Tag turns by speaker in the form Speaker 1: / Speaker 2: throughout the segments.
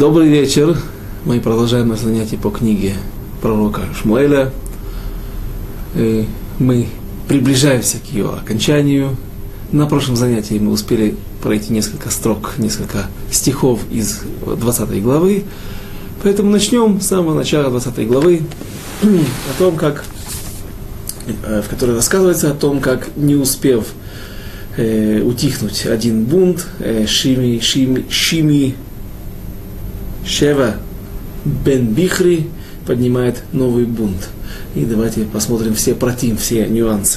Speaker 1: Добрый вечер. Мы продолжаем наше занятие по книге пророка Шмуэля. Мы приближаемся к ее окончанию. На прошлом занятии мы успели пройти несколько строк, несколько стихов из 20 главы. Поэтому начнем с самого начала 20 главы, о том, в которой рассказывается о том, как, не успев утихнуть один бунт, Шими Шева бен Бихри поднимает новый бунт. И давайте посмотрим все нюансы.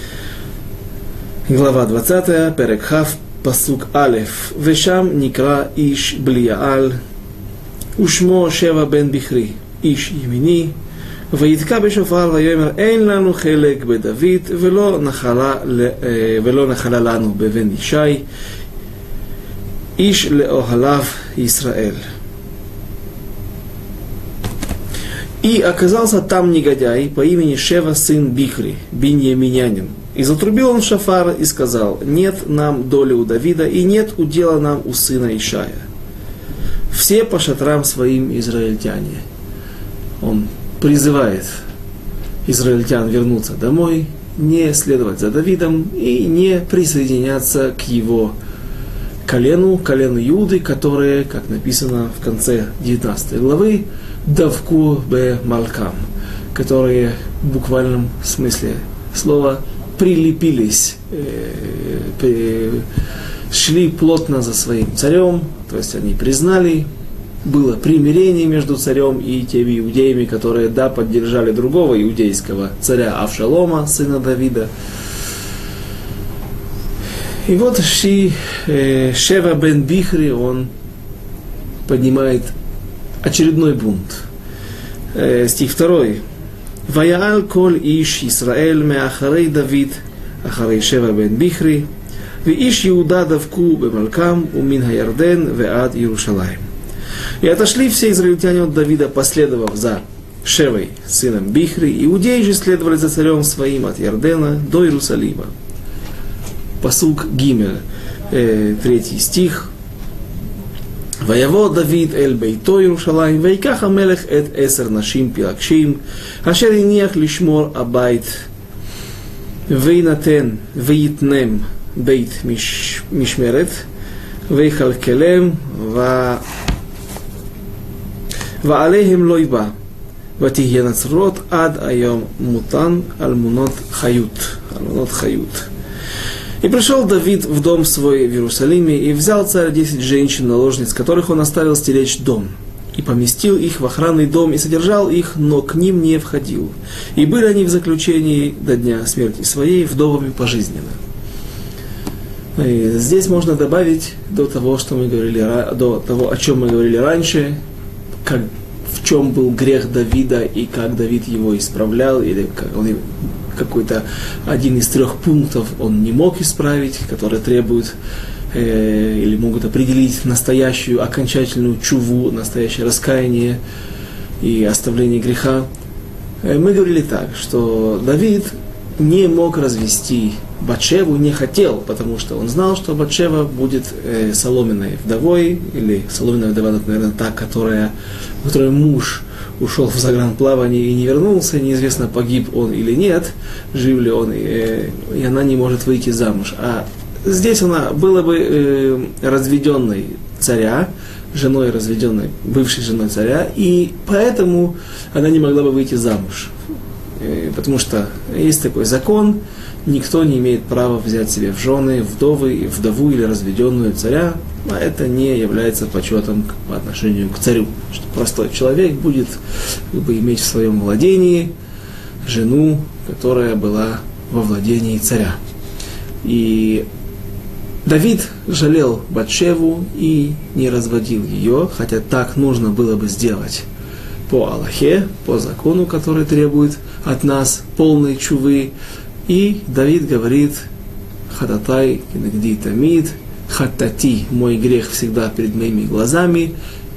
Speaker 1: Глава 20, Перек Хав, Пасук Алеф. Вешам никра иш блияал, ушмо Шева бен Бихри, иш ימיני, ויתקע בשופר ויאמר אין לנו חלק בדוד ולא נחלה לנו בבן ישי, איש לאוהליו ישראל. И оказался там негодяй по имени Шева, сын Бихри, биньяминянин. И затрубил он в шафар и сказал: нет нам доли у Давида, и нет удела нам у сына Ишая. Все по шатрам своим израильтяне. Он призывает израильтян вернуться домой, не следовать за Давидом и не присоединяться к его колену Иуды, которые, как написано в конце 19 главы, давку бе малкам, которые в буквальном смысле слова прилепились, шли плотно за своим царем, то есть они признали, было примирение между царем и теми иудеями, которые, поддержали другого иудейского царя Авшалома, сына Давида. И вот Шева бен Бихри, он поднимает очередной бунт. Стих 2. «Ваяал коль иш Исраэль меахарей Давид, ахарей Шева бен Бихри, виш Иуда давку бемалкам, умин хаярден веад Иерушалаим». И отошли все израильтяне от Давида, последовав за Шевой, сыном Бихри. Иудеи же следовали за царем своим от Ярдена до Иерусалима. Пасук Гимель, 3 стих. ויבוא דוד אל ביתו ירושלים, ויקח המלך את 10 נשים פילגשים, אשר הניח לשמור הבית, ויתנם בית משמרת, ויכלכלם, ועליהם לא יבא, ותהיינה צרורות עד היום מותן אלמונות חיות. И пришел Давид в дом свой в Иерусалиме, и взял царь 10 женщин-наложниц, которых он оставил стеречь дом, и поместил их в охранный дом, и содержал их, но к ним не входил. И были они в заключении до дня смерти своей, вдовами пожизненно. И здесь можно добавить до того, о чем мы говорили раньше, в чем был грех Давида, и как Давид его исправлял, или как он какой-то один из 3 пунктов он не мог исправить, которые требуют или могут определить настоящую окончательную чуву, настоящее раскаяние и оставление греха. Мы говорили так, что Давид не мог развести Батшеву, не хотел, потому что он знал, что Батшева будет соломенной вдовой, или соломенная вдова, наверное, та, которой муж ушел в загранплавание и не вернулся, неизвестно, погиб он или нет, жив ли он, и она не может выйти замуж. А здесь она была бы разведенной царя, бывшей женой царя, и поэтому она не могла бы выйти замуж. Потому что есть такой закон, никто не имеет права взять себе в жены вдову или разведенную царя, а это не является почетом по отношению к царю. Что простой человек будет иметь в своем владении жену, которая была во владении царя. И Давид жалел Батшеву и не разводил ее, хотя так нужно было бы сделать по Аллахе, по закону, который требует от нас полной чувы. И Давид говорит: «Хататай кинегди тамид», «Хатати», мой грех всегда перед моими глазами,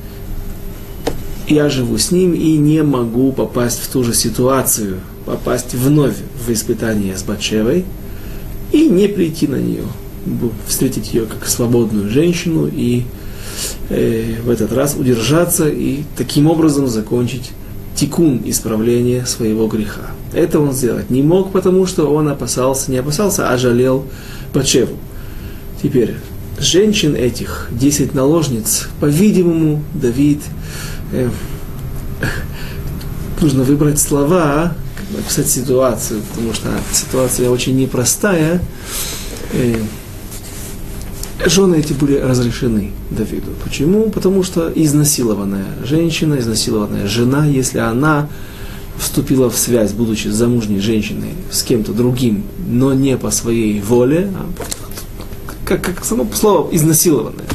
Speaker 1: я живу с ним и не могу попасть в ту же ситуацию, попасть вновь в испытание с Батшевой и не прийти на нее, встретить ее как свободную женщину и в этот раз удержаться и таким образом закончить тикун, исправление своего греха. Это он сделать не мог, потому что он не опасался, а жалел Батшеву. Теперь, женщин этих, 10 наложниц, по-видимому, Давид, нужно выбрать слова, описать ситуацию, потому что ситуация очень непростая. Жены эти были разрешены Давиду. Почему? Потому что изнасилованная женщина, изнасилованная жена, если она вступила в связь, будучи замужней женщиной, с кем-то другим, но не по своей воле, как само слово изнасилованная,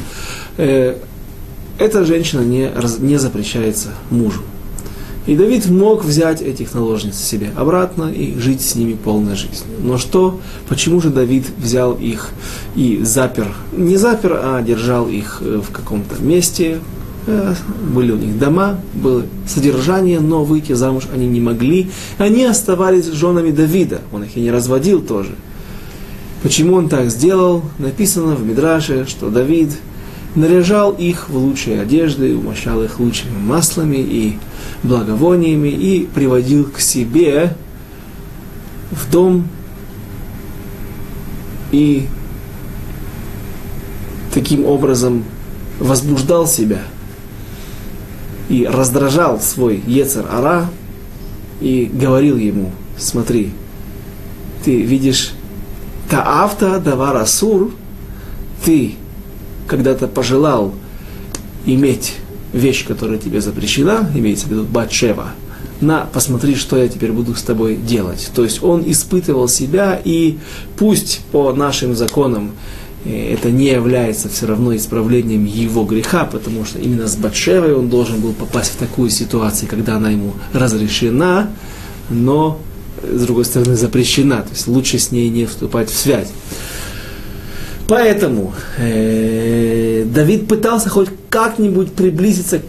Speaker 1: эта женщина не запрещается мужу. И Давид мог взять этих наложниц себе обратно и жить с ними полной жизнью. Но почему же Давид взял их и не запер, а держал их в каком-то месте? Были у них дома, было содержание, но выйти замуж они не могли. Они оставались женами Давида, он их и не разводил тоже. Почему он так сделал? Написано в Мидраше, что Давид наряжал их в лучшие одежды, умощал их лучшими маслами и благовониями и приводил к себе в дом и таким образом возбуждал себя и раздражал свой Йецер Ара и говорил ему: смотри, ты видишь таавта давар асур, ты когда-то пожелал иметь вещь, которая тебе запрещена, имеется в виду Батшева, посмотри, что я теперь буду с тобой делать. То есть он испытывал себя, и пусть по нашим законам это не является все равно исправлением его греха, потому что именно с Батшевой он должен был попасть в такую ситуацию, когда она ему разрешена, но, с другой стороны, запрещена. То есть лучше с ней не вступать в связь. Поэтому Давид пытался хоть как-нибудь приблизиться,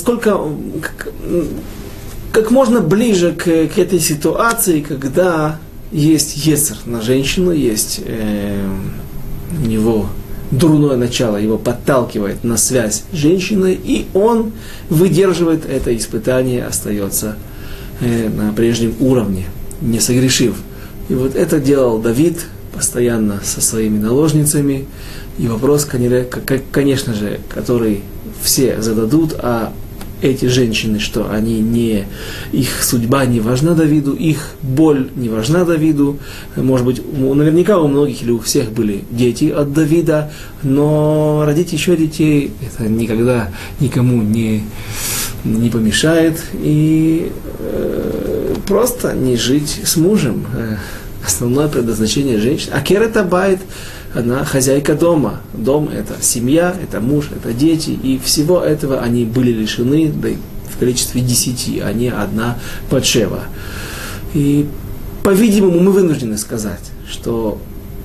Speaker 1: как можно ближе к этой ситуации, когда есть Йецер на женщину, есть у него дурное начало, его подталкивает на связь с женщиной, и он выдерживает это испытание, остается на прежнем уровне, не согрешив. И вот это делал Давид постоянно со своими наложницами. И вопрос, конечно же, который все зададут, а эти женщины, что их судьба не важна Давиду, их боль не важна Давиду. Может быть, наверняка у многих или у всех были дети от Давида, но родить еще детей это никогда никому не помешает. И просто не жить с мужем. Основное предназначение женщины. Акерет абайт, она хозяйка дома. Дом – это семья, это муж, это дети. И всего этого они были лишены, да и в количестве 10, а не одна Батшева. И, по-видимому, мы вынуждены сказать, что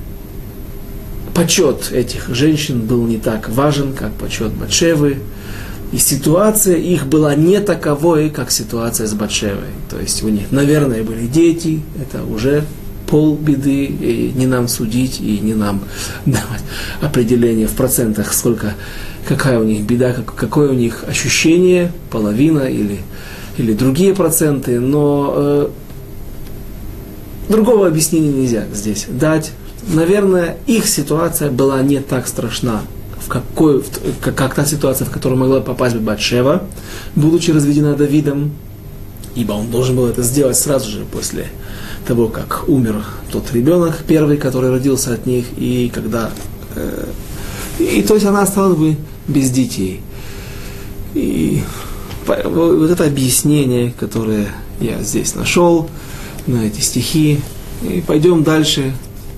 Speaker 1: почет этих женщин был не так важен, как почет Батшевы. И ситуация их была не таковой, как ситуация с Батшевой. То есть у них, наверное, были дети, это уже полбеды, и не нам судить, и не нам давать определение в процентах, какая у них беда, какое у них ощущение, половина или другие проценты, но другого объяснения нельзя здесь дать. Наверное, их ситуация была не так страшна, как та ситуация, в которую могла попасть Батшева, будучи разведена Давидом, ибо он должен был это сделать сразу же после того, как умер тот ребенок первый, который родился от них, и то есть она осталась бы без детей. И вот это объяснение, которое я здесь нашел, на эти стихи, и пойдем дальше.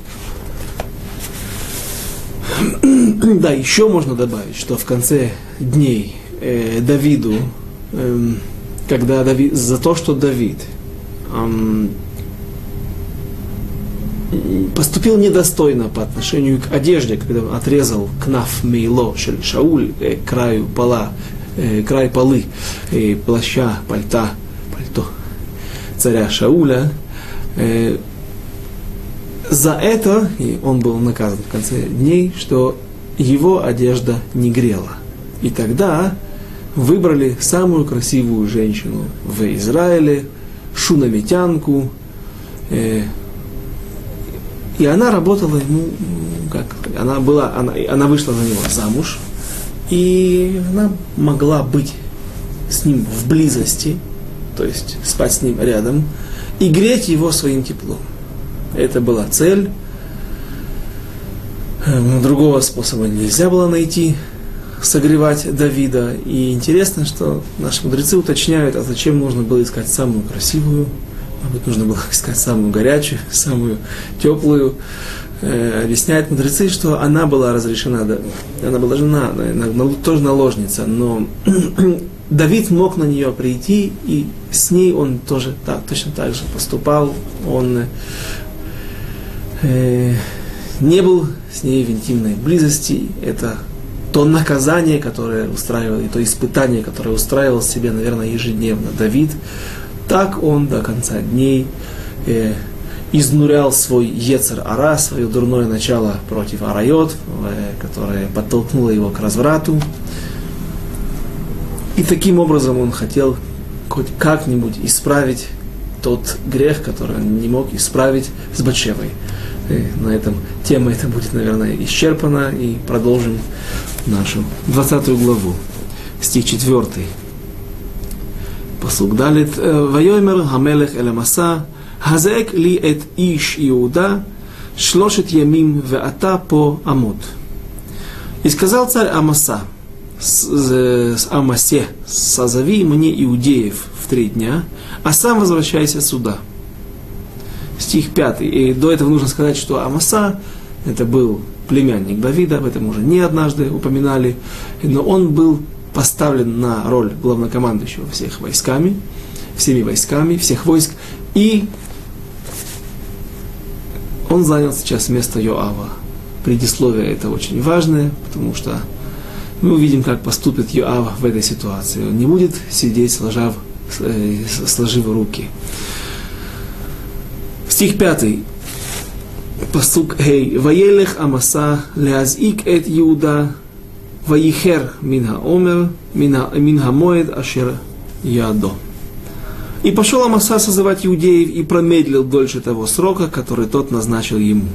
Speaker 1: Да, еще можно добавить, что в конце дней Давиду, за то, что Давид поступил недостойно по отношению к одежде, когда он отрезал кнаф мейло Шауль, край полы плаща, пальто царя Шауля. За это и он был наказан в конце дней, что его одежда не грела. И тогда выбрали самую красивую женщину в Израиле, шунамитянку, и она работала ему, она вышла за него замуж, и она могла быть с ним в близости, то есть спать с ним рядом, и греть его своим теплом. Это была цель. Другого способа нельзя было найти, согревать Давида. И интересно, что наши мудрецы уточняют, а зачем нужно было искать самую красивую, может быть, нужно было искать самую горячую, самую теплую. Объясняют мудрецы, что она была разрешена, она была жена, тоже наложница, но Давид мог на нее прийти, и с ней он тоже точно так же поступал. Он не был с ней в интимной близости. Это то наказание, которое устраивал, и то испытание, которое устраивал себе, наверное, ежедневно Давид. Так он до конца дней изнурял свой Ецер-ара, свое дурное начало против Арайот, которое подтолкнуло его к разврату. И таким образом он хотел хоть как-нибудь исправить тот грех, который он не мог исправить с Батшевой. На этом тема эта будет, наверное, исчерпана, и продолжим нашу 20 главу, стих 4. Пасук далит. Вайомер хамелех эль Амаса, хазек ли эт иш Иуда, шлошет ямим веата по Амод. И сказал царь Амаса, Амасе, созови мне иудеев в 3 дня, а сам возвращайся сюда. Стих 5. И до этого нужно сказать, что Амаса это был племянник Давида, об этом уже не однажды упоминали, но он был поставлен на роль главнокомандующего всеми войсками, всех войск, и он занял сейчас место Йоава. Предисловие это очень важное, потому что мы увидим, как поступит Йоав в этой ситуации. Он не будет сидеть, сложив руки. Стих 5. Пасук Хей. Ваелех Амаса леазик эт Иуда ваихер мин хаомер мин хамоэд ашер ядо. И пошел Амаса созывать иудеев и промедлил дольше того срока, который тот назначил ему.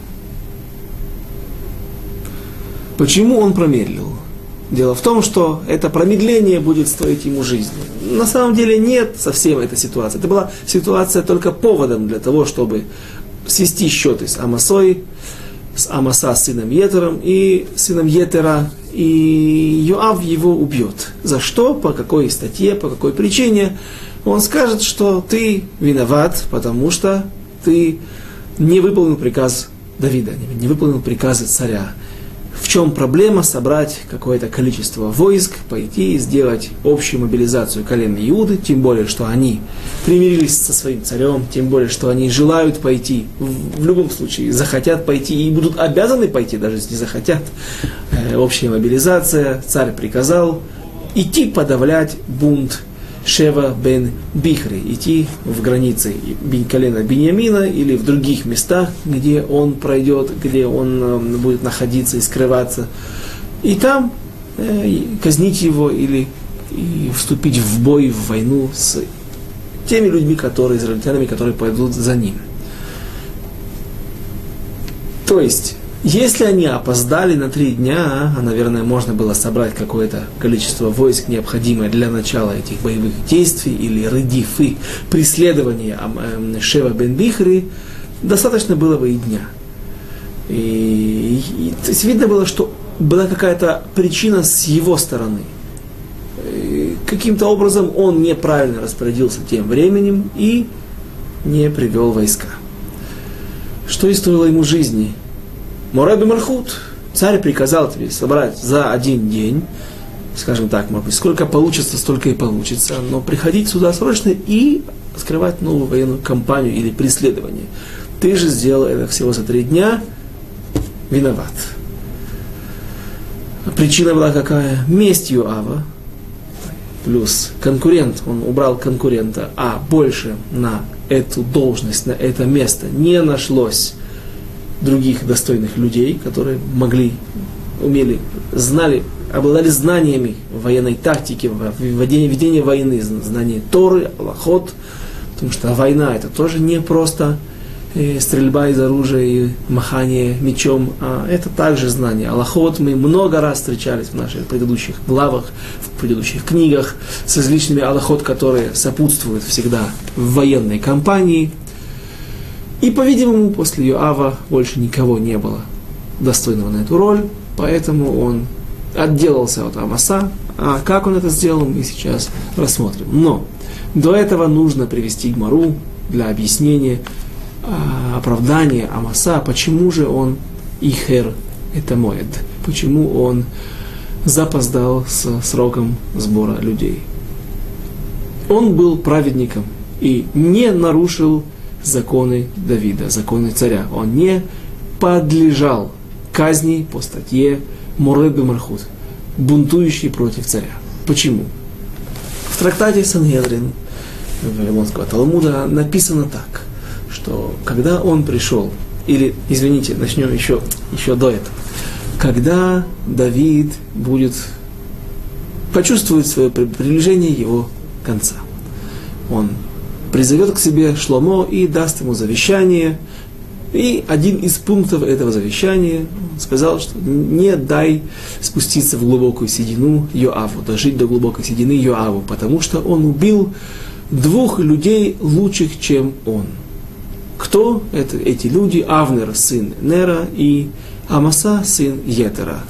Speaker 1: Почему он промедлил? Дело в том, что это промедление будет стоить ему жизни. На самом деле нет совсем этой ситуации. Это была ситуация только поводом для того, чтобы свести счеты с Амасой, с Амаса сыном Етером и сыном Етера, и Йоав его убьет. За что? По какой статье? По какой причине? Он скажет, что ты виноват, потому что ты не выполнил приказ Давида, не выполнил приказы царя. В чем проблема собрать какое-то количество войск, пойти и сделать общую мобилизацию колен Иуды, тем более, что они примирились со своим царем, тем более, что они желают пойти, в любом случае захотят пойти и будут обязаны пойти, даже если не захотят. Общая мобилизация, царь приказал идти подавлять бунт Шева бен Бихри, идти в границы колена Биньямина или в других местах, где он пройдет, где он будет находиться и скрываться, и там казнить его или вступить в бой, в войну с теми людьми, израильтянами, которые пойдут за ним. То есть, если они опоздали на 3 дня, а, наверное, можно было собрать какое-то количество войск, необходимое для начала этих боевых действий, или рыдифы, преследования Шева бен Бихри, достаточно было бы и дня. То есть видно было, что была какая-то причина с его стороны. Каким-то образом он неправильно распорядился тем временем и не привел войска. Что и стоило ему жизни. Морай бе-Малхут, царь приказал тебе собрать за 1 день, скажем так, может быть, сколько получится, столько и получится, но приходить сюда срочно и скрывать новую военную кампанию или преследование. Ты же сделал это всего за 3 дня, виноват. Причина была какая? Месть Йоава, плюс конкурент, он убрал конкурента, а больше на эту должность, на это место не нашлось других достойных людей, которые знали обладали знаниями военной тактики, ведения войны, знания Торы, Аллахот, потому что война это тоже не просто стрельба из оружия и махание мечом, а это также знание. Аллахот мы много раз встречались в наших предыдущих главах, в предыдущих книгах с различными аллахот, которые сопутствуют всегда в военной кампании. И, по-видимому, после Йоава больше никого не было достойного на эту роль, поэтому он отделался от Амаса. А как он это сделал, мы сейчас рассмотрим. Но до этого нужно привести Гмару для объяснения, оправдания Амаса, почему же он ихер, это моэд, почему он запоздал с сроком сбора людей. Он был праведником и не нарушил законы Давида, законы царя. Он не подлежал казни по статье Моред бе-Малхут, бунтующий против царя. Почему? В трактате Сангедрин Вавилонского Талмуда написано так, что когда он пришел, или, извините, начнем еще до этого, когда Давид почувствует свое приближение его конца, он призовет к себе Шломо и даст ему завещание. И один из пунктов этого завещания сказал, что не дай спуститься в глубокую седину Йоаву, дожить до глубокой седины Йоаву, потому что он убил 2 людей лучших, чем он. Кто это, эти люди? Авнер, сын Нера, и Амаса, сын Йетера.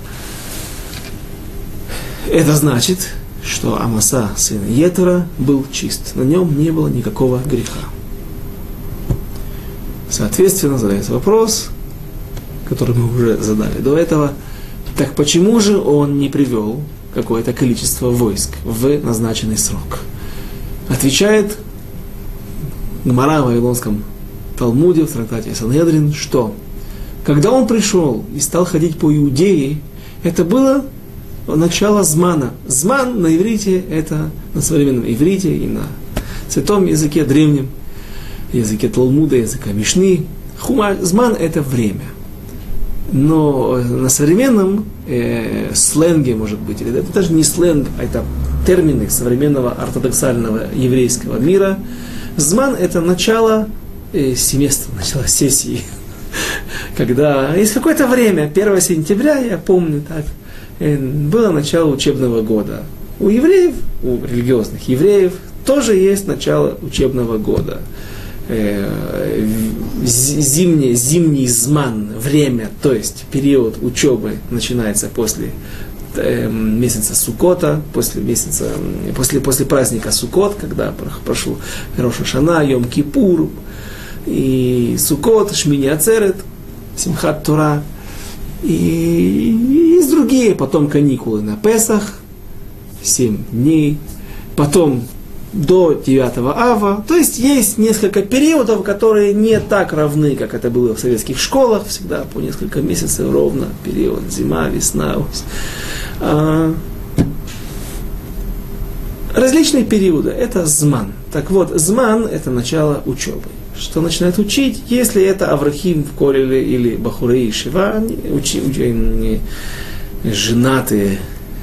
Speaker 1: Это значит, что Амаса, сын Йетера, был чист. На нем не было никакого греха. Соответственно, задается вопрос, который мы уже задали до этого. Так почему же он не привел какое-то количество войск в назначенный срок? Отвечает Гмара в Вавилонском Талмуде, в трактате Сангедрин, что когда он пришел и стал ходить по Иудее, это было начало змана. Зман на иврите, это на современном иврите и на святом языке древнем, языке Талмуда, языка Мишны. Зман это время. Но на современном сленге, может быть, или это даже не сленг, а это термины современного ортодоксального еврейского мира, зман это начало семестра, начало сессии. Когда есть какое-то время, 1 сентября, я помню так, было начало учебного года. У евреев, у религиозных евреев, тоже есть начало учебного года. Зимний зман, время, то есть период учебы начинается после месяца Суккота, после праздника Суккот, когда прошел Рош ха-Шана, Йом-Кипур, и Суккот, Шмини Ацерет, Симхат Тора, и другие, потом каникулы на Песах, 7 дней, потом до 9 ава, то есть есть несколько периодов, которые не так равны, как это было в советских школах, всегда по несколько месяцев ровно, период зима, весна, различные периоды, это зман. Так вот, зман это начало учебы. Что начинает учить, если это Аврахим в Колеле или Бахурей и Шива, женатые.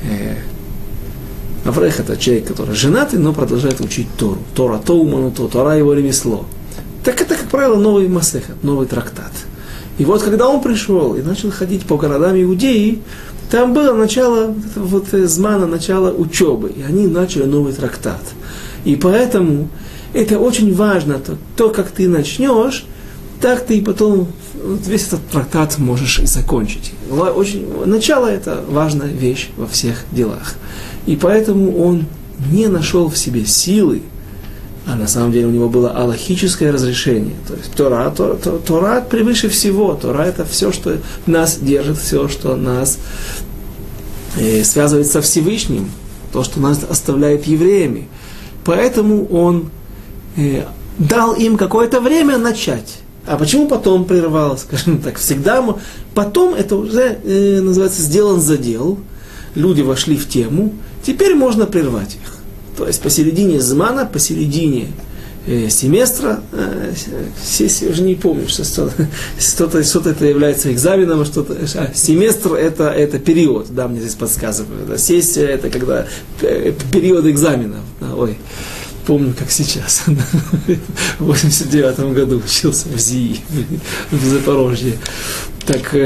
Speaker 1: Аврех это человек, который женатый, но продолжает учить Тору. Тора Тоуману, Тора его ремесло. Так это, как правило, новый масехет, новый трактат. И вот когда он пришел и начал ходить по городам Иудеи, там было начало змана, начало учебы, и они начали новый трактат. И поэтому это очень важно, то как ты начнешь, так ты и потом весь этот трактат можешь и закончить. Начало это важная вещь во всех делах. И поэтому он не нашел в себе силы, а на самом деле у него было аллахическое разрешение. То есть Тора превыше всего. Тора это все, что нас держит, все, что нас связывает со Всевышним, то, что нас оставляет евреями. Поэтому он дал им какое-то время начать. А почему потом прервал, скажем так, всегда? Потом это уже называется сделан задел. Люди вошли в тему, теперь можно прервать их. То есть посередине змана, посередине семестра, сессия, уже не помню, что-то это является экзаменом, семестр это период, да, мне здесь подсказывают. Да, сессия это когда период экзаменов. Да, ой, помню, как сейчас. В 89 году учился в ЗИИ, в Запорожье. Так,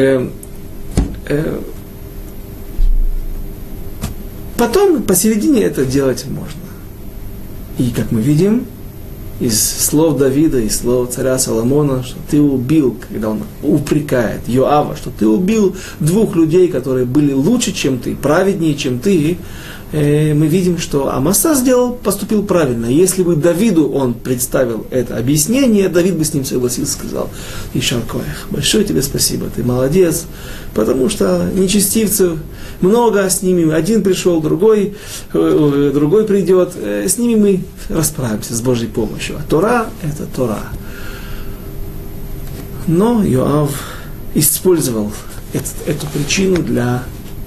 Speaker 1: потом посередине это делать можно. И как мы видим, из слов Давида, из слов царя Соломона, что ты убил, когда он упрекает Йоава, что ты убил двух людей, которые были лучше, чем ты, праведнее, чем ты, мы видим, что Амаса поступил правильно. Если бы Давиду он представил это объяснение, Давид бы с ним согласился, сказал: Ишар коэх, большое тебе спасибо, ты молодец, потому что нечестивцев много, с ними один пришел, другой придет, с ними мы расправимся с Божьей помощью. А Тора – это Тора. Но Йоав использовал эту причину для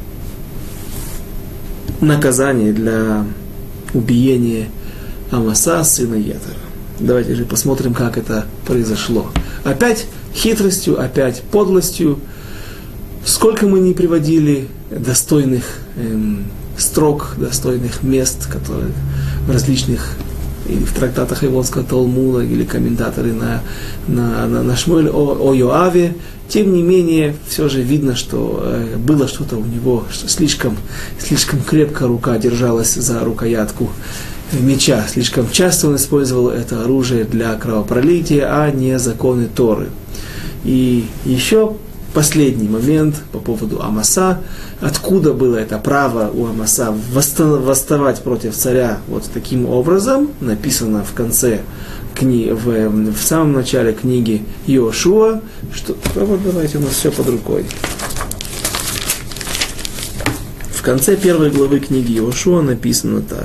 Speaker 1: наказание, для убиения Амаса, сына Йетера. Давайте же посмотрим, как это произошло. Опять хитростью, опять подлостью. Сколько мы не приводили достойных строк, достойных мест, которые в различных, или в трактатах Вавилонского Талмуда, или комментаторы на Шмуэль о Йоаве. Тем не менее, все же видно, что было что-то у него, что слишком крепко рука держалась за рукоятку меча. Слишком часто он использовал это оружие для кровопролития, а не законы Торы. И еще последний момент по поводу Амаса. Откуда было это право у Амаса восставать против царя вот таким образом? Написано в конце в самом начале книги Йошуа, что вот давайте, у нас все под рукой. В конце первой главы книги Йошуа написано так: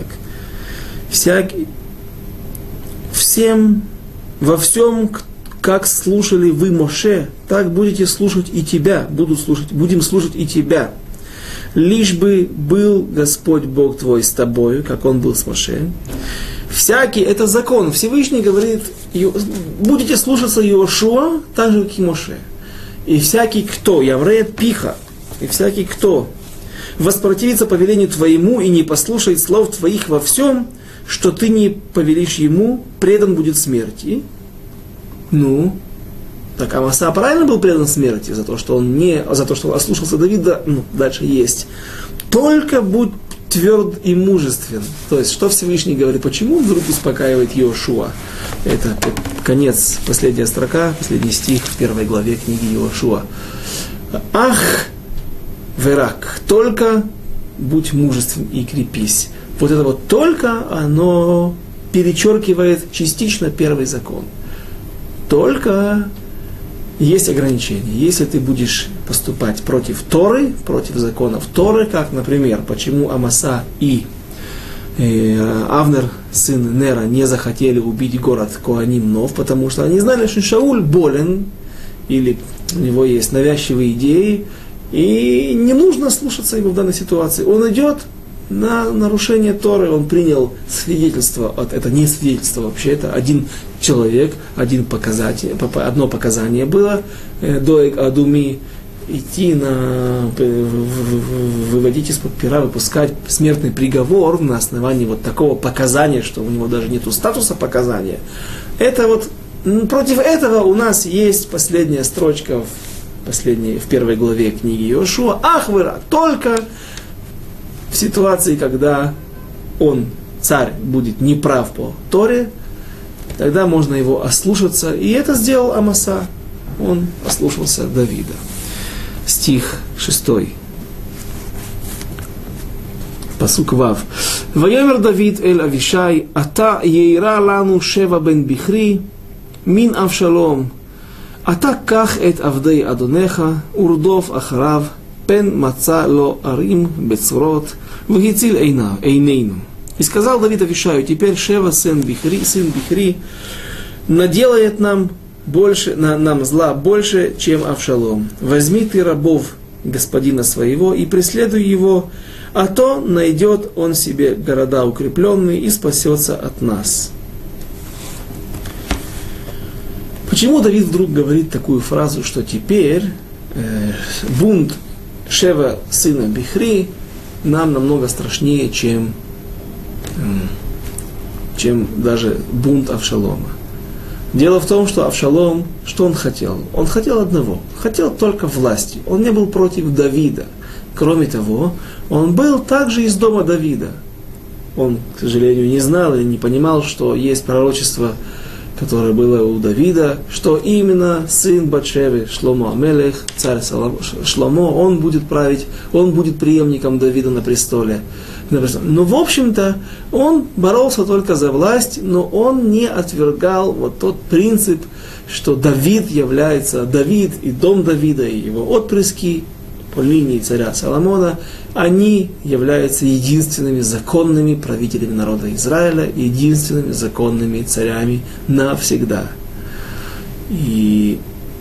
Speaker 1: во всем, как слушали вы Моше, так будете слушать и тебя, будем слушать и тебя. Лишь бы был Господь Бог твой с тобою, как Он был с Моше. Всякий, это закон. Всевышний говорит: будете слушаться Йошуа, так же, как и Моше. И всякий, кто, Яврея Пиха, и всякий, кто воспротивится повелению твоему и не послушает слов твоих во всем, что ты не повелишь ему, предан будет смерти. Ну, так Амаса правильно был предан смерти за то, что он ослушался Давида. Дальше есть. Только будь тверд и мужествен. То есть, что Всевышний говорит, почему вдруг успокаивает Йошуа? Это конец, последняя строка, последний стих в первой главе книги Йошуа. Ах, верак, только будь мужествен и крепись. Вот это вот только, оно перечеркивает частично первый закон. Только есть ограничения. Если ты будешь поступать против Торы, против законов Торы, как, например, почему Амаса и Авнер, сын Нера, не захотели убить город Коаним Нов, потому что они знали, что Шауль болен, или у него есть навязчивые идеи, и не нужно слушаться его в данной ситуации. Он идет на нарушение Торы, он принял свидетельство, это не свидетельство вообще, это один человек, одно показание было, Доэг Адуми, идти выводить из-под пера, выпускать смертный приговор на основании вот такого показания, что у него даже нету статуса показания. Это вот, против этого у нас есть последняя строчка в первой главе книги Йошуа. Ахвера, только в ситуации, когда царь, будет неправ по Торе, тогда можно его ослушаться. И это сделал Амаса. Он ослушался Давида. Стих 6. Пасук Вав. Ваемер Давид эль Авишай, ата ейра лану Шева бен Бихри, мин Авшалом, ата ках эт авдей Адонеха, урдов ахарав, пен маца ло арим бецурот, вгицил эйнейну. И сказал Давид Авишаю: теперь Шева, сын Бихри, наделает нам зла больше, чем Авшалом. Возьми ты рабов господина своего и преследуй его, а то найдет он себе города укрепленные и спасется от нас. Почему Давид вдруг говорит такую фразу, что теперь бунт Шева, сына Бихри, нам намного страшнее, чем даже бунт Авшалома? Дело в том, что Авшалом, что он хотел? Он хотел одного, хотел только власти. Он не был против Давида. Кроме того, он был также из дома Давида. Он, к сожалению, не знал или не понимал, что есть пророчество, которое было у Давида, что именно сын Батшевы, Шломо Амелех, царь Шломо, он будет править, он будет преемником Давида на престоле. Но, в общем-то, он боролся только за власть, но он не отвергал вот тот принцип, что Давид и дом Давида, и его отпрыски по линии царя Соломона, они являются единственными законными правителями народа Израиля, единственными законными царями навсегда. И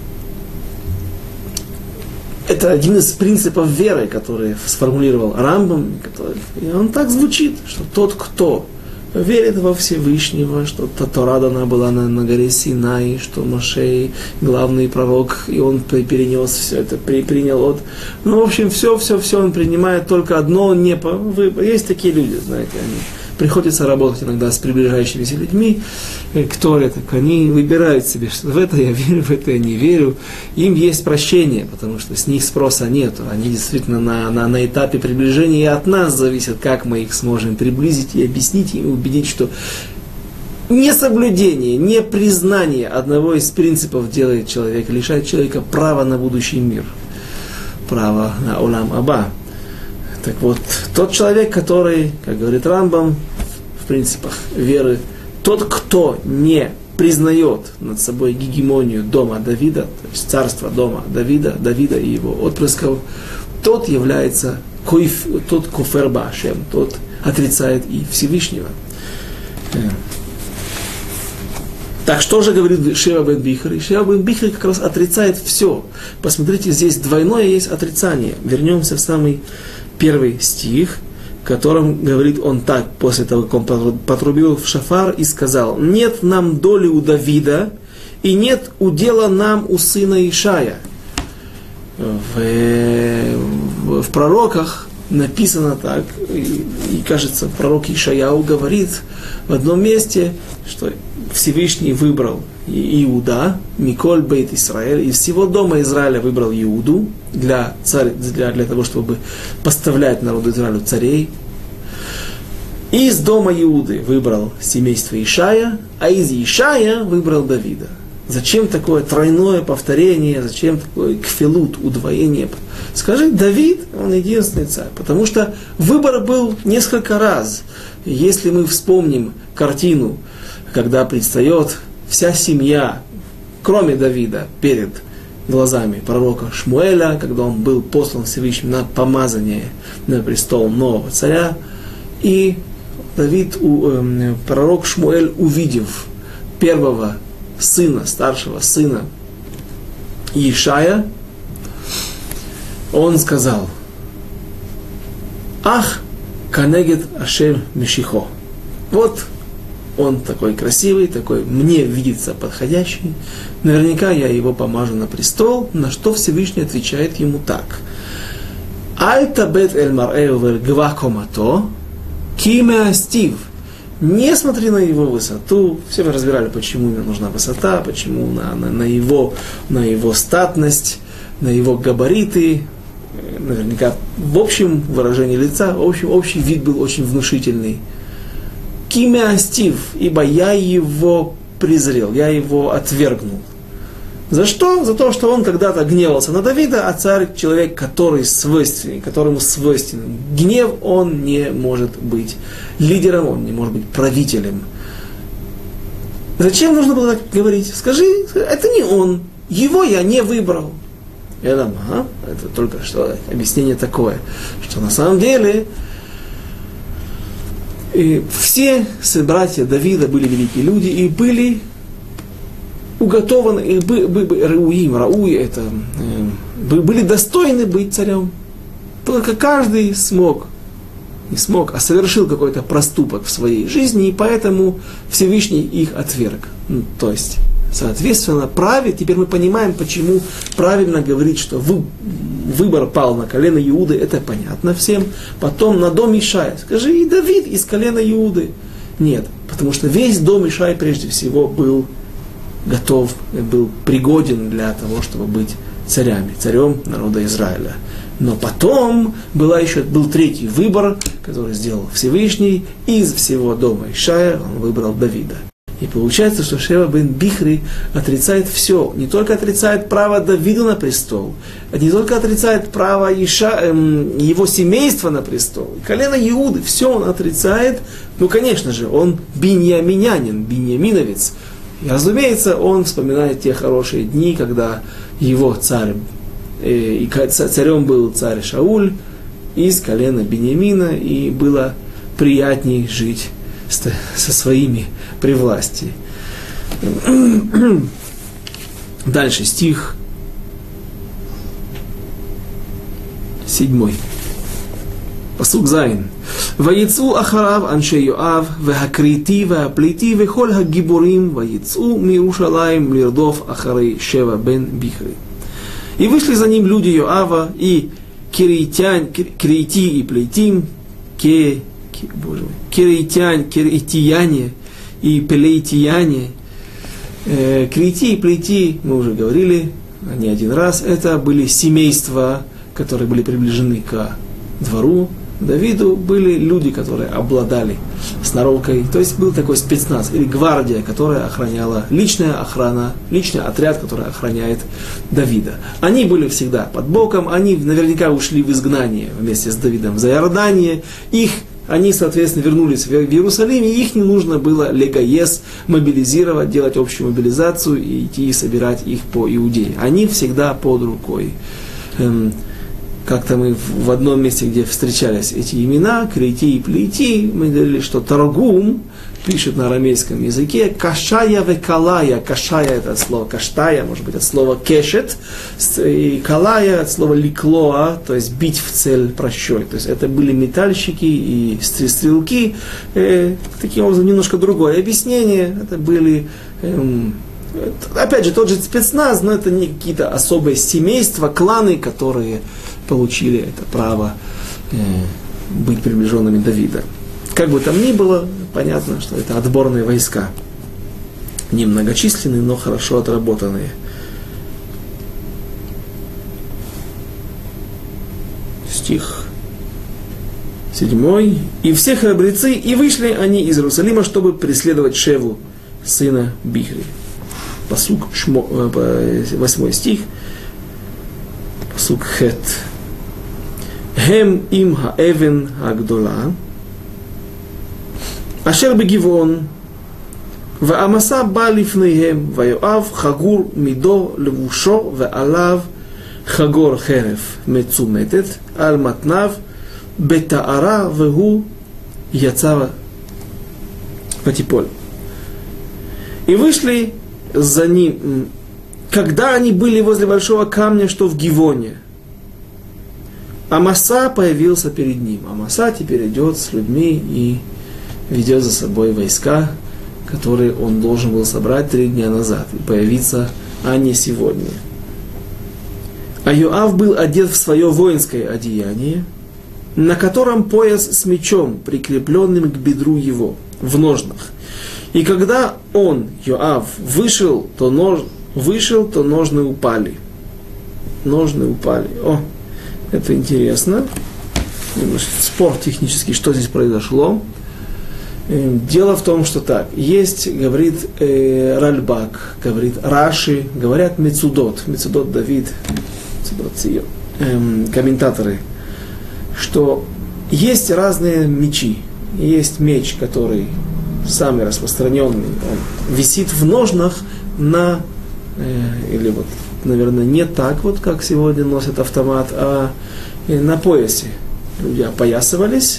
Speaker 1: это один из принципов веры, который сформулировал Рамбам, и он так звучит, что тот, кто верит во Всевышнего, что Тора дана была на горе Синай, что Моше главный пророк, и он перенес все это, принял в общем, все он принимает, только одно он не есть такие люди, знаете, они приходится работать иногда с приближающимися людьми, они выбирают себе, что в это я верю, в это я не верю, им есть прощение, потому что с них спроса нет, они действительно на этапе приближения, и от нас зависит, как мы их сможем приблизить и объяснить, и убедить, что несоблюдение, непризнание одного из принципов делает человека, лишает человека права на будущий мир, права на Олам Аба. Так вот, тот человек, который, как говорит Рамбам, в принципах веры, тот, кто не признает над собой гегемонию дома Давида, то есть царство дома Давида и его отпрысков, тот является тот кофер башем, тот отрицает и Всевышнего. Так что же говорит Шева бен Бихри? Шева бен Бихри как раз отрицает все. Посмотрите, здесь двойное есть отрицание. Вернемся в самый первый стих, в котором говорит он так, после того, как он потрубил в шафар и сказал: «Нет нам доли у Давида, и нет удела нам у сына Ишая». В пророках написано так, и кажется, пророк Ишаяу говорит в одном месте, что Всевышний выбрал Иуда, Миколь бейт Исраэль, из всего дома Израиля выбрал Иуду для того, чтобы поставлять народу Израилю царей. И из дома Иуды выбрал семейство Ишая, а из Ишая выбрал Давида. Зачем такое тройное повторение, зачем такое кфелут, удвоение? Скажи, Давид, он единственный царь, потому что выбор был несколько раз. Если мы вспомним картину, когда предстает вся семья, кроме Давида, перед глазами пророка Шмуэля, когда он был послан Всевышним на помазание на престол нового царя, и пророк Шмуэль, увидев первого сына, старшего сына Ишая, он сказал: «Ах, канегет Ашем Мишихо». Вот он такой красивый, такой мне видится подходящий, наверняка я его помажу на престол, на что Всевышний отвечает ему так: «Аль-табет эль-мар'э вэль гвакомато, киме астив». Не смотри на его высоту. Все мы разбирали, почему ему нужна высота, почему на его статность, на его габариты. Наверняка в общем выражении лица, общий вид был очень внушительный. Кимя астив, ибо я его презрел, я его отвергнул. За что? За то, что он когда-то гневался на Давида, а царь — человек, которому свойственен гнев, он не может быть лидером, он не может быть правителем. Зачем нужно было так говорить? Скажи, это не он, его я не выбрал. Я думаю, это только что объяснение такое, что на самом деле все братья Давида были великие люди и были уготованы, и были достойны быть царем. Только каждый совершил какой-то проступок в своей жизни, и поэтому Всевышний их отверг. То есть Соответственно, теперь мы понимаем, почему правильно говорить, что выбор пал на колено Иуды, это понятно всем. Потом на дом Ишая. Скажи, и Давид из колена Иуды. Нет, потому что весь дом Ишая прежде всего был готов, был пригоден для того, чтобы быть царем народа Израиля. Но потом был третий выбор, который сделал Всевышний. Из всего дома Ишая он выбрал Давида. И получается, что Шева бен Бихри отрицает все. Не только отрицает право Давида на престол, не только отрицает право его семейства на престол. Колено Иуды, все он отрицает. Ну, конечно же, он биньяминянин, биньяминовец. И, разумеется, он вспоминает те хорошие дни, когда его царем был царь Шауль из колена Биньямина, и было приятней жить со своими при власти. Дальше стих 7. Пасук Зайн. ויצאו אחריו אנשי יואב והכריתי והפליטי וכל הגיבורים ויצאו מירושלים לרדוף אחרי שבע בן ביכרי. И вышли за ним люди Йоава и Кирити и Плейтим, Киритияне и Пелейтияне. Крити и Плейти, мы уже говорили не один раз, это были семейства, которые были приближены к двору Давиду, были люди, которые обладали сноровкой, то есть был такой спецназ или гвардия, которая охраняла, личная охрана, личный отряд, который охраняет Давида. Они были всегда под боком, они наверняка ушли в изгнание вместе с Давидом за Иордание, они, соответственно, вернулись в Иерусалим, и их не нужно было легаес мобилизировать, делать общую мобилизацию и идти и собирать их по Иудее. Они всегда под рукой. Как-то мы в одном месте, где встречались эти имена, Крити и Плейти, мы говорили, что Таргум пишет на арамейском языке Кашая ве Калая. Кашая это от слова Каштая, может быть, от слова Кешет, и Калая от слова Ликлоа, то есть бить в цель прощой. То есть это были метальщики и стрелки. Таким образом, немножко другое объяснение. Это были... опять же, тот же спецназ, но это не какие-то особые семейства, кланы, которые получили это право быть приближенными Давида. Как бы там ни было, понятно, что это отборные войска. Немногочисленные, но хорошо отработанные. Стих 7. «И все храбрецы, и вышли они из Иерусалима, чтобы преследовать Шеву, сына Бихри». Пасук 8 стих. Пасук Хет. Хем им хаэвен хагдола, ашер бегивон, ואמסה בא לפניהם, ויואב חגור מידו לבושו, ועליו חגור חרב מצומתת על מתניו בתארה, והוא יצא ותיפול. И вышли за ним, когда они были возле большого камня, что в Гивоне. Амаса появился перед ним. Амаса теперь идет с людьми и ведет за собой войска, которые он должен был собрать 3 дня назад и появиться, а не сегодня. А Йоав был одет в свое воинское одеяние, на котором пояс с мечом, прикрепленным к бедру его, в ножнах. И когда он, Йоав, вышел, то ножны упали. Ножны упали. О, это интересно. Спор технический, что здесь произошло. Дело в том, что так, есть, говорит Ральбак, говорит Раши, говорят Мецудот Давид, Мецудот Цион, комментаторы, что есть разные мечи. Есть меч, который самый распространенный, он висит в ножнах или вот, наверное, не так вот, как сегодня носят автомат, а на поясе. Люди опоясывались,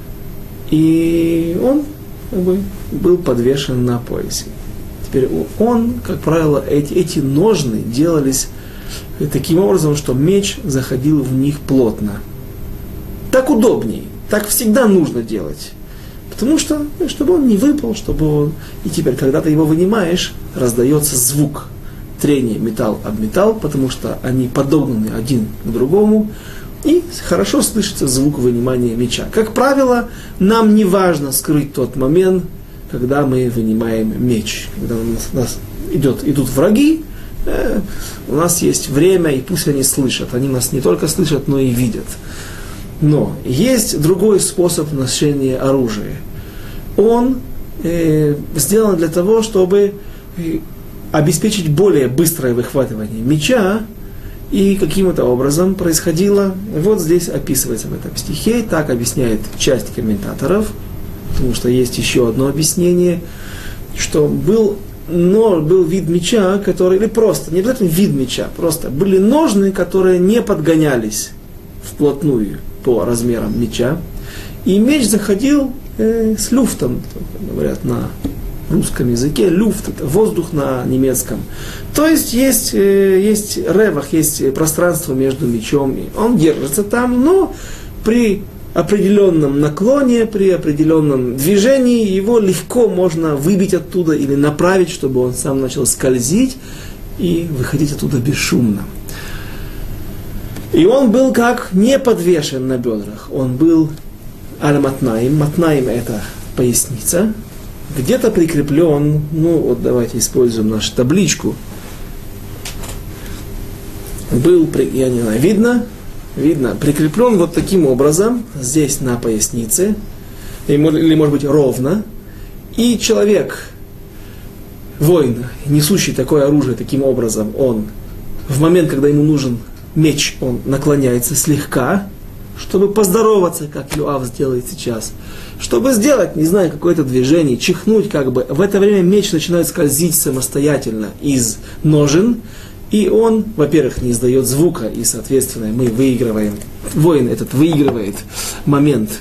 Speaker 1: и он как бы был подвешен на поясе. Теперь он, как правило, эти ножны делались таким образом, что меч заходил в них плотно. Так удобней, так всегда нужно делать. Потому что, чтобы он не выпал, чтобы он... И теперь, когда ты его вынимаешь, раздается звук трения металл об металл, потому что они подогнаны один к другому, и хорошо слышится звук вынимания меча. Как правило, нам не важно скрыть тот момент, когда мы вынимаем меч. Когда у нас идут враги, у нас есть время, и пусть они слышат. Они нас не только слышат, но и видят. Но есть другой способ ношения оружия. Он сделан для того, чтобы обеспечить более быстрое выхватывание меча, и каким-то образом происходило, вот здесь описывается в этом стихе, так объясняет часть комментаторов, потому что есть еще одно объяснение, что был вид меча, который, или просто, не обязательно вид меча, просто были ножны, которые не подгонялись вплотную по размерам меча, и меч заходил с люфтом, говорят на русском языке, люфт, это воздух на немецком. То есть есть ревах, есть пространство между мечом, и он держится там, но при определенном наклоне, при определенном движении его легко можно выбить оттуда или направить, чтобы он сам начал скользить и выходить оттуда бесшумно. И он был как не подвешен на бедрах, он был аль-матнаим, матнаим это поясница, где-то прикреплен, вот давайте используем нашу табличку, был, я не знаю, видно, прикреплен вот таким образом, здесь на пояснице, или может быть ровно, и человек, воин, несущий такое оружие таким образом, он в момент, когда ему нужен меч, он наклоняется слегка, чтобы поздороваться, как Йоав сделает сейчас, чтобы сделать, не знаю, какое-то движение, чихнуть как бы. В это время меч начинает скользить самостоятельно из ножен, и он, во-первых, не издает звука, и, соответственно, мы выигрываем, воин этот выигрывает момент,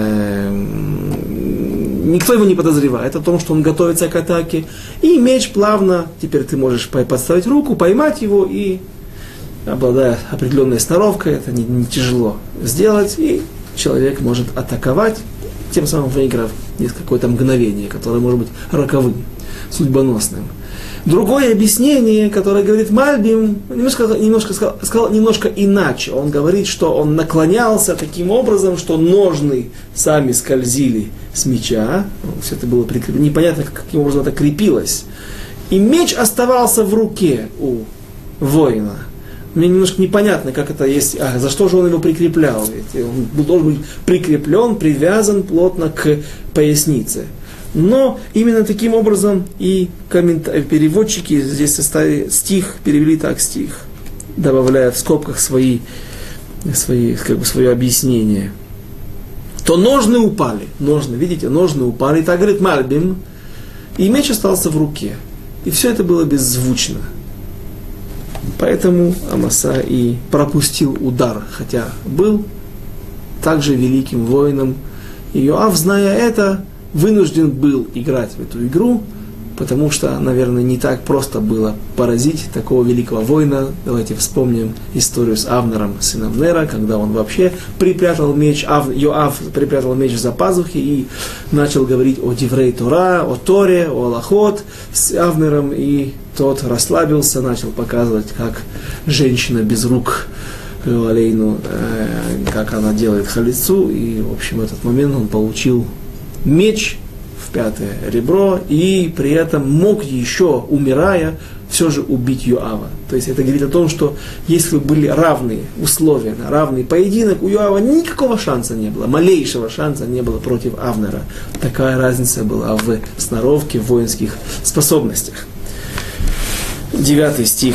Speaker 1: никто его не подозревает о том, что он готовится к атаке, и меч плавно, теперь ты можешь подставить руку, поймать его, и, обладая определенной сноровкой, это не тяжело сделать, и человек может атаковать, тем самым выиграв какое-то мгновение, которое может быть роковым, судьбоносным. Другое объяснение, которое говорит Мальбим, сказал немножко иначе. Он говорит, что он наклонялся таким образом, что ножны сами скользили с меча. Все это было прикреплено. Непонятно, каким образом это крепилось. И меч оставался в руке у воина. Мне немножко непонятно, как это есть. За что же он его прикреплял? Ведь он должен быть прикреплен, привязан плотно к пояснице. Но именно таким образом и переводчики здесь стих перевели так стих, добавляя в скобках свое объяснение. То ножны упали, видите, ножны упали, и так говорит Мальбим, и меч остался в руке. И все это было беззвучно. Поэтому Амаса и пропустил удар, хотя был также великим воином. И Йоав, зная это, вынужден был играть в эту игру, потому что, наверное, не так просто было поразить такого великого воина. Давайте вспомним историю с Авнером, сыном Нера, когда он вообще припрятал меч, Йоав припрятал меч за пазухи и начал говорить о Диврей Тора, о Торе, о Алахот с Авнером, и тот расслабился, начал показывать, как женщина без рук, Алейну, как она делает халицу, и, в общем, в этот момент он получил меч в пятое ребро, и при этом мог еще, умирая, все же убить Йоава. То есть это говорит о том, что если были равные условия, равный поединок, у Йоава никакого шанса не было, малейшего шанса не было против Авнера. Такая разница была в сноровке, в воинских способностях. 9 стих,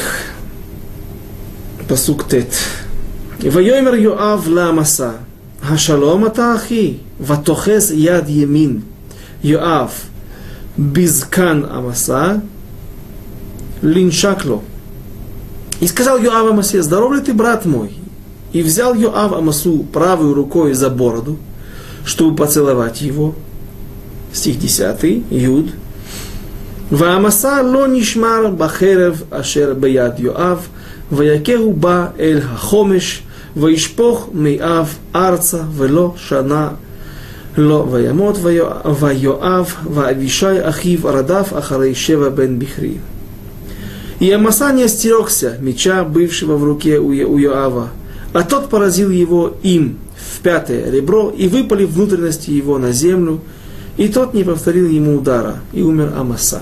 Speaker 1: пасук тет. «Вайомер Йоав ла Амаса, השלום אתה אחי, ותוחס יד ימין יואב בזקן Амаса, линшак ло. И сказал Йоав Амасе: здоров ли ты, брат мой? И взял Йоав Амасу правой рукой за бороду, чтобы поцеловать его. Стих 10, Юд. Ваамаса ло нишмар бахерев ашер беяд Йоав, ваякеху ба эль хахомеш, וישפוך מיאב ארצה ולא שנה Ло ваямот вайоав ваавишай ахив радав ахарей Шева бен Бихри. И Амаса не остерегся меча, бывшего в руке у Йоава, а тот поразил его им в пятое ребро и выпалив внутренности его на землю, и тот не повторил ему удара, и умер Амаса.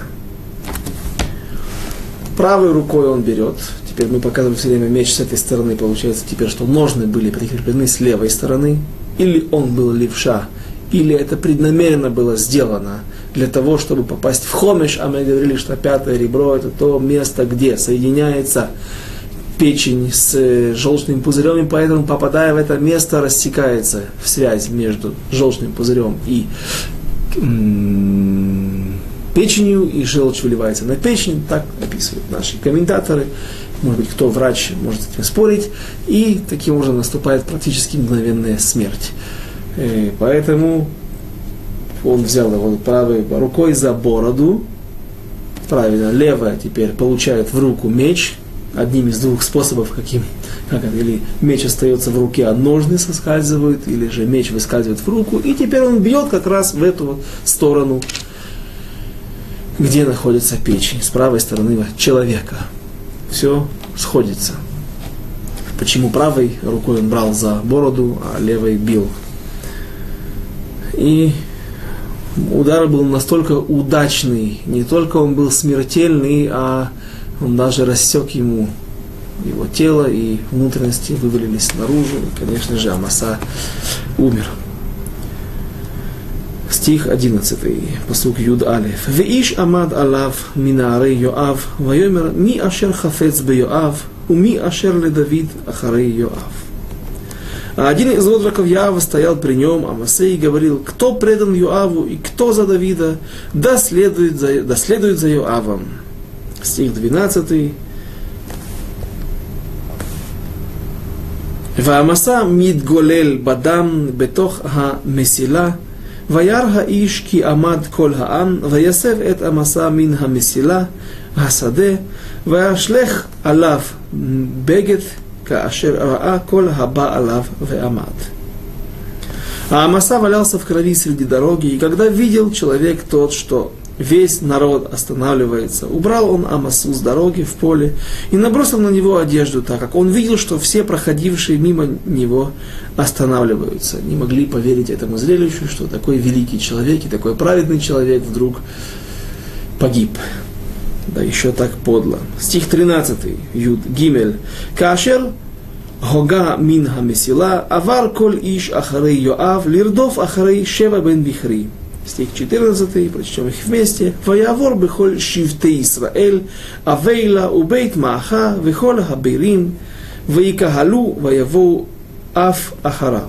Speaker 1: Правой рукой он берет, теперь мы показываем все время меч с этой стороны, получается теперь, что ножны были прикреплены с левой стороны, или он был левша, или это преднамеренно было сделано для того, чтобы попасть в хомеш, а мы говорили, что пятое ребро это то место, где соединяется печень с желчным пузырем, и поэтому, попадая в это место, рассекается в связь между желчным пузырем и печенью, и желчь выливается на печень, так описывают наши комментаторы. Может быть, кто врач, может с этим спорить, и таким образом наступает практически мгновенная смерть. И поэтому он взял его правой рукой за бороду, правильно, левая теперь получает в руку меч, одним из двух способов, или меч остается в руке, а ножны соскальзывают, или же меч выскальзывает в руку, и теперь он бьет как раз в эту сторону, где находится печень, с правой стороны человека. Все сходится. Почему правой рукой он брал за бороду, а левой бил? И удар был настолько удачный, не только он был смертельный, а он даже рассек ему его тело, и внутренности вывалились наружу. И, конечно же, Амаса умер. Стих 11, пасук Юд Алеф. «Веиш амад алав минаарей Йоав, вайомер ми ашер хафец бе Йоав, уми ашер ле Давид ахарей Йоав». А один из отроков Йоава стоял при нем, Амаса, и говорил: кто предан Йоаву и кто за Давида, да следует за Йоавом. Стих 12. «Ваамаса мидголел бадам бетох ха-месила, וירא האיש כי עמד כל העם, ויסב את עמסה מן המסילה, השדה, וישלך עליו בגד, כאשר ראה כל הבא עליו ועמד. А Амаса валялся в крови среди дороги, и когда видел человек тот, что весь народ останавливается, убрал он Амасу с дороги в поле и набросил на него одежду, так как он видел, что все проходившие мимо него останавливаются. Не могли поверить этому зрелищу, что такой великий человек и такой праведный человек вдруг погиб. Да еще так подло. Стих 13, Юд Гимель. Каашер хога мин хамесила, авар коль иш ахарей Йоав, лирдов ахарей Шева бен Бихри. Стих 14, прочтем их вместе. «Ваявор бехоль шивте Исраэль, авейла убейт мааха, вехоль хабирим, ваикагалу, ваявоу аф ахарав».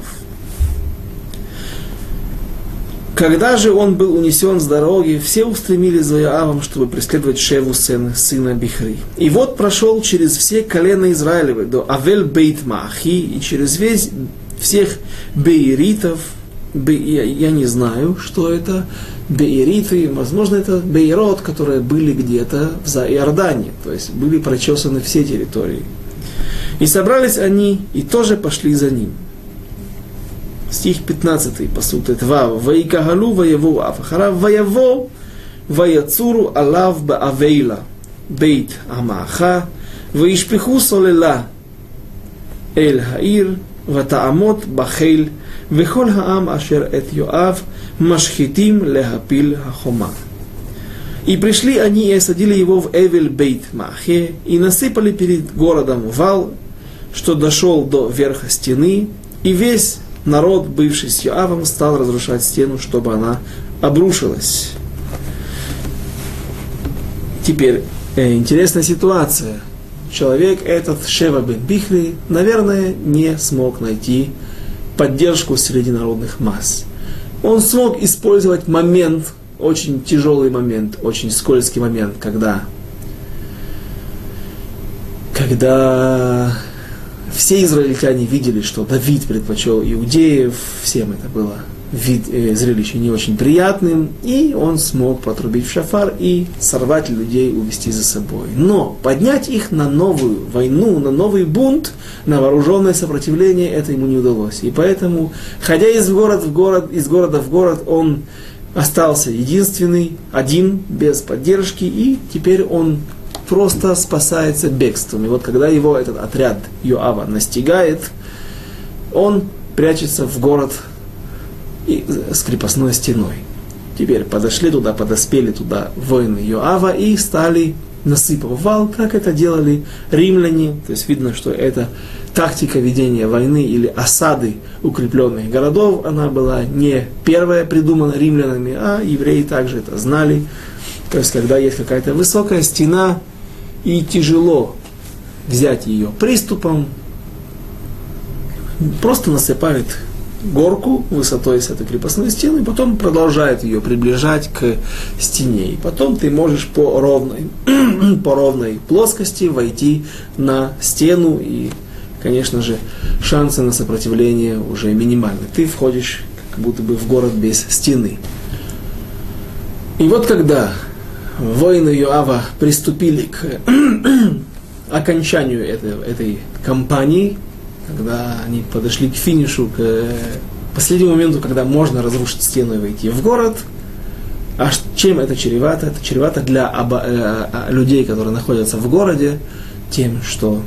Speaker 1: Когда же он был унесен с дороги, все устремились за Йоавом, чтобы преследовать Шеву, сына Бихри. И вот прошел через все колена Израилевы до Авель-Бейт-Маахи, и через всех беиритов. Я не знаю, что это беириты, возможно, это бейрот, которые были где-то в Иордании, то есть были прочесаны все территории. И собрались они, и тоже пошли за ним. Стих 15, пасук Тетвав. «Ваикагалу ваяву афахарав ваяву ваяцуру алав баавейла бейт амааха ваишпиху солела эль хаир ватаамот бахейль вехоль хаам ашер эт Йоав машхитим лехапиль хахома». И пришли они и осадили его в Эвель-Бейт-Маахе и насыпали перед городом вал, что дошел до верха стены, и весь народ, бывший с Йоавом, стал разрушать стену, чтобы она обрушилась. Теперь интересная ситуация. Человек этот, Шева бен Бихри, наверное, не смог найти поддержку среди народных масс. Он смог использовать момент, очень тяжелый момент, очень скользкий момент, когда все израильтяне видели, что Давид предпочел иудеев, всем это было вид зрелища не очень приятным, и он смог протрубить в шафар и сорвать людей, увести за собой. Но поднять их на новую войну, на новый бунт, на вооруженное сопротивление, это ему не удалось. И поэтому, ходя из города в город, он остался единственный, один, без поддержки, и теперь он просто спасается бегством. И вот когда его этот отряд Йоава настигает, он прячется в город и с крепостной стеной. Теперь подоспели туда воины Йоава и стали, насыпав вал, как это делали римляне. То есть видно, что это тактика ведения войны или осады укрепленных городов, она была не первая придумана римлянами, а евреи также это знали. То есть когда есть какая-то высокая стена и тяжело взять ее приступом, просто насыпают горку высотой с этой крепостной стены, и потом продолжает ее приближать к стене. И потом ты можешь по ровной плоскости войти на стену, и, конечно же, шансы на сопротивление уже минимальны. Ты входишь как будто бы в город без стены. И вот когда воины Йоава приступили к окончанию этой кампании, когда они подошли к финишу, к последнему моменту, когда можно разрушить стену и войти в город. А чем это чревато? Это чревато для людей, которые находятся в городе, тем, что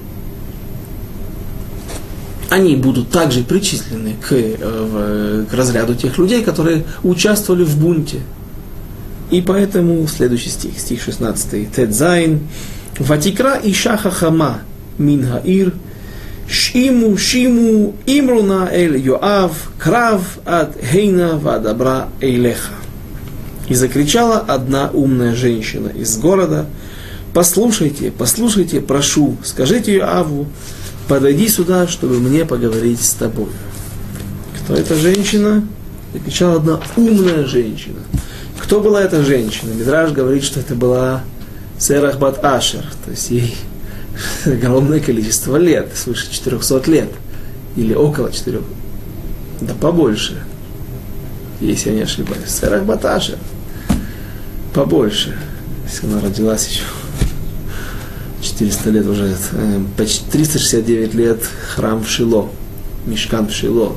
Speaker 1: они будут также причислены к разряду тех людей, которые участвовали в бунте. И поэтому следующий стих 16, Тедзайн, «Ватикра иша хахама мин хаир, Шиму, имруна эль Йоав, крав ад хейна вадабра эйлеха». И закричала одна умная женщина из города: послушайте, прошу, скажите Йоаву, подойди сюда, чтобы мне поговорить с тобой. Кто эта женщина? Закричала одна умная женщина. Кто была эта женщина? Мидраш говорит, что это была Серах бат Ашер, то есть ей огромное количество лет, свыше 400 лет, или около 4, да побольше, если я не ошибаюсь. Серах бат Ашер, побольше, если она родилась еще 400 лет уже, почти 369 лет храм в Шило, Мишкан в Шило,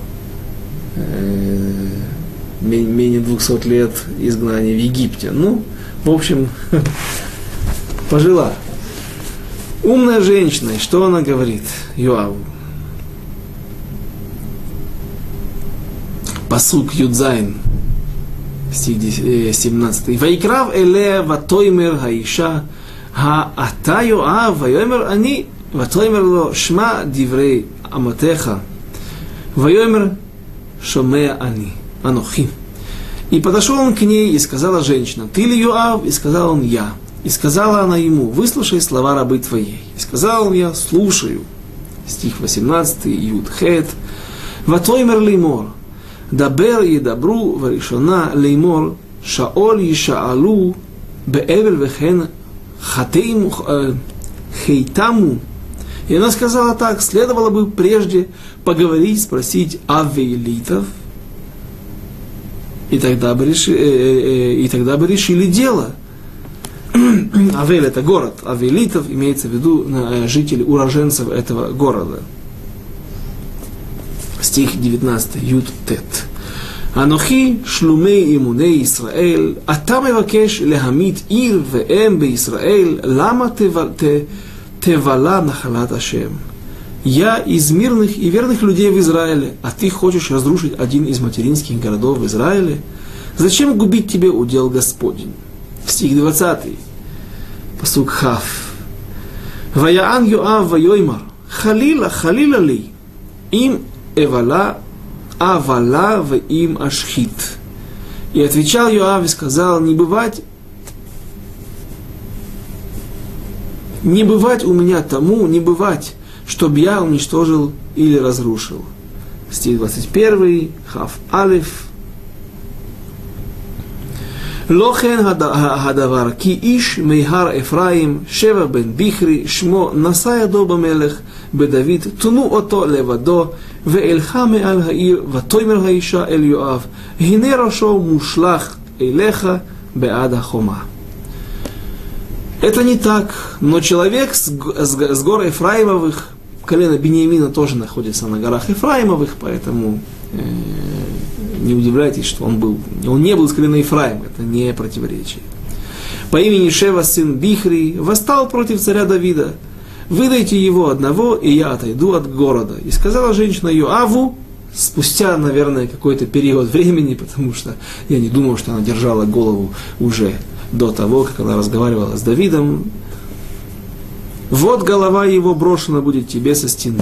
Speaker 1: менее 200 лет изгнания в Египте. Ну, в общем, пожила. Умная женщина, и что она говорит Йоаву? Пасук Юдзайн, стих 17. «Вайкрав элея ватоймер хаиша, ха-ата Йоав, вайомер ани, ватоймер ло шма диврей аматеха, вайомер шомея ани, анохи». И подошел он к ней, и сказала женщина: «Ты ли Йоав?» И сказал он: «Я». И сказала она ему: «Выслушай слова рабы твоей». И сказал я: «Слушаю». Стих 18, Юд Хет. «Ватоймер леймор, дабер едабру варишона леймор, шаоль ешаалу, беэвель вехен хейтаму». И она сказала так: следовало бы прежде поговорить, спросить авейлитов, и тогда бы решили дело. Авель — это город, авелитов имеется в виду жители, уроженцев этого города. Стих 19, Юд Тет. «Анохи шлумей имуней Исраэль, ата мевакеш лехамит ир веэм беисраэль, лама тевала нахалат Ашем». «Я из мирных и верных людей в Израиле, а ты хочешь разрушить один из материнских городов в Израиле? Зачем губить тебе удел Господень?» Стих 20. Пасук Хав. «Ваяан Йоав вайоймар, халила ли, им эвала, авала в им ашхит». И отвечал Йоав и сказал: не бывать у меня тому, не бывать, чтобы я уничтожил или разрушил. Стих 21, Хав Алиф. Лохен хадавар ки иш мейхар Эфраим Шева бен Бихри шмо насая до бамелех бедавид туну ото левадо веэлха меал хаир ватоймер хаиша эль Йоав гине рошо мушлах элеха беада хома. Это не так, но человек с гор Ефраимовых, колено Биньямина тоже находится на горах Ефраимовых, поэтому не удивляйтесь, что он не был из колена Ефраима, это не противоречие. По имени Шева, сын Бихри, восстал против царя Давида. Выдайте его одного, и я отойду от города. И сказала женщина Йоаву, спустя, наверное, какой-то период времени, потому что я не думаю, что она держала голову уже до того, как она разговаривала с Давидом. Вот голова его брошена будет тебе со стены.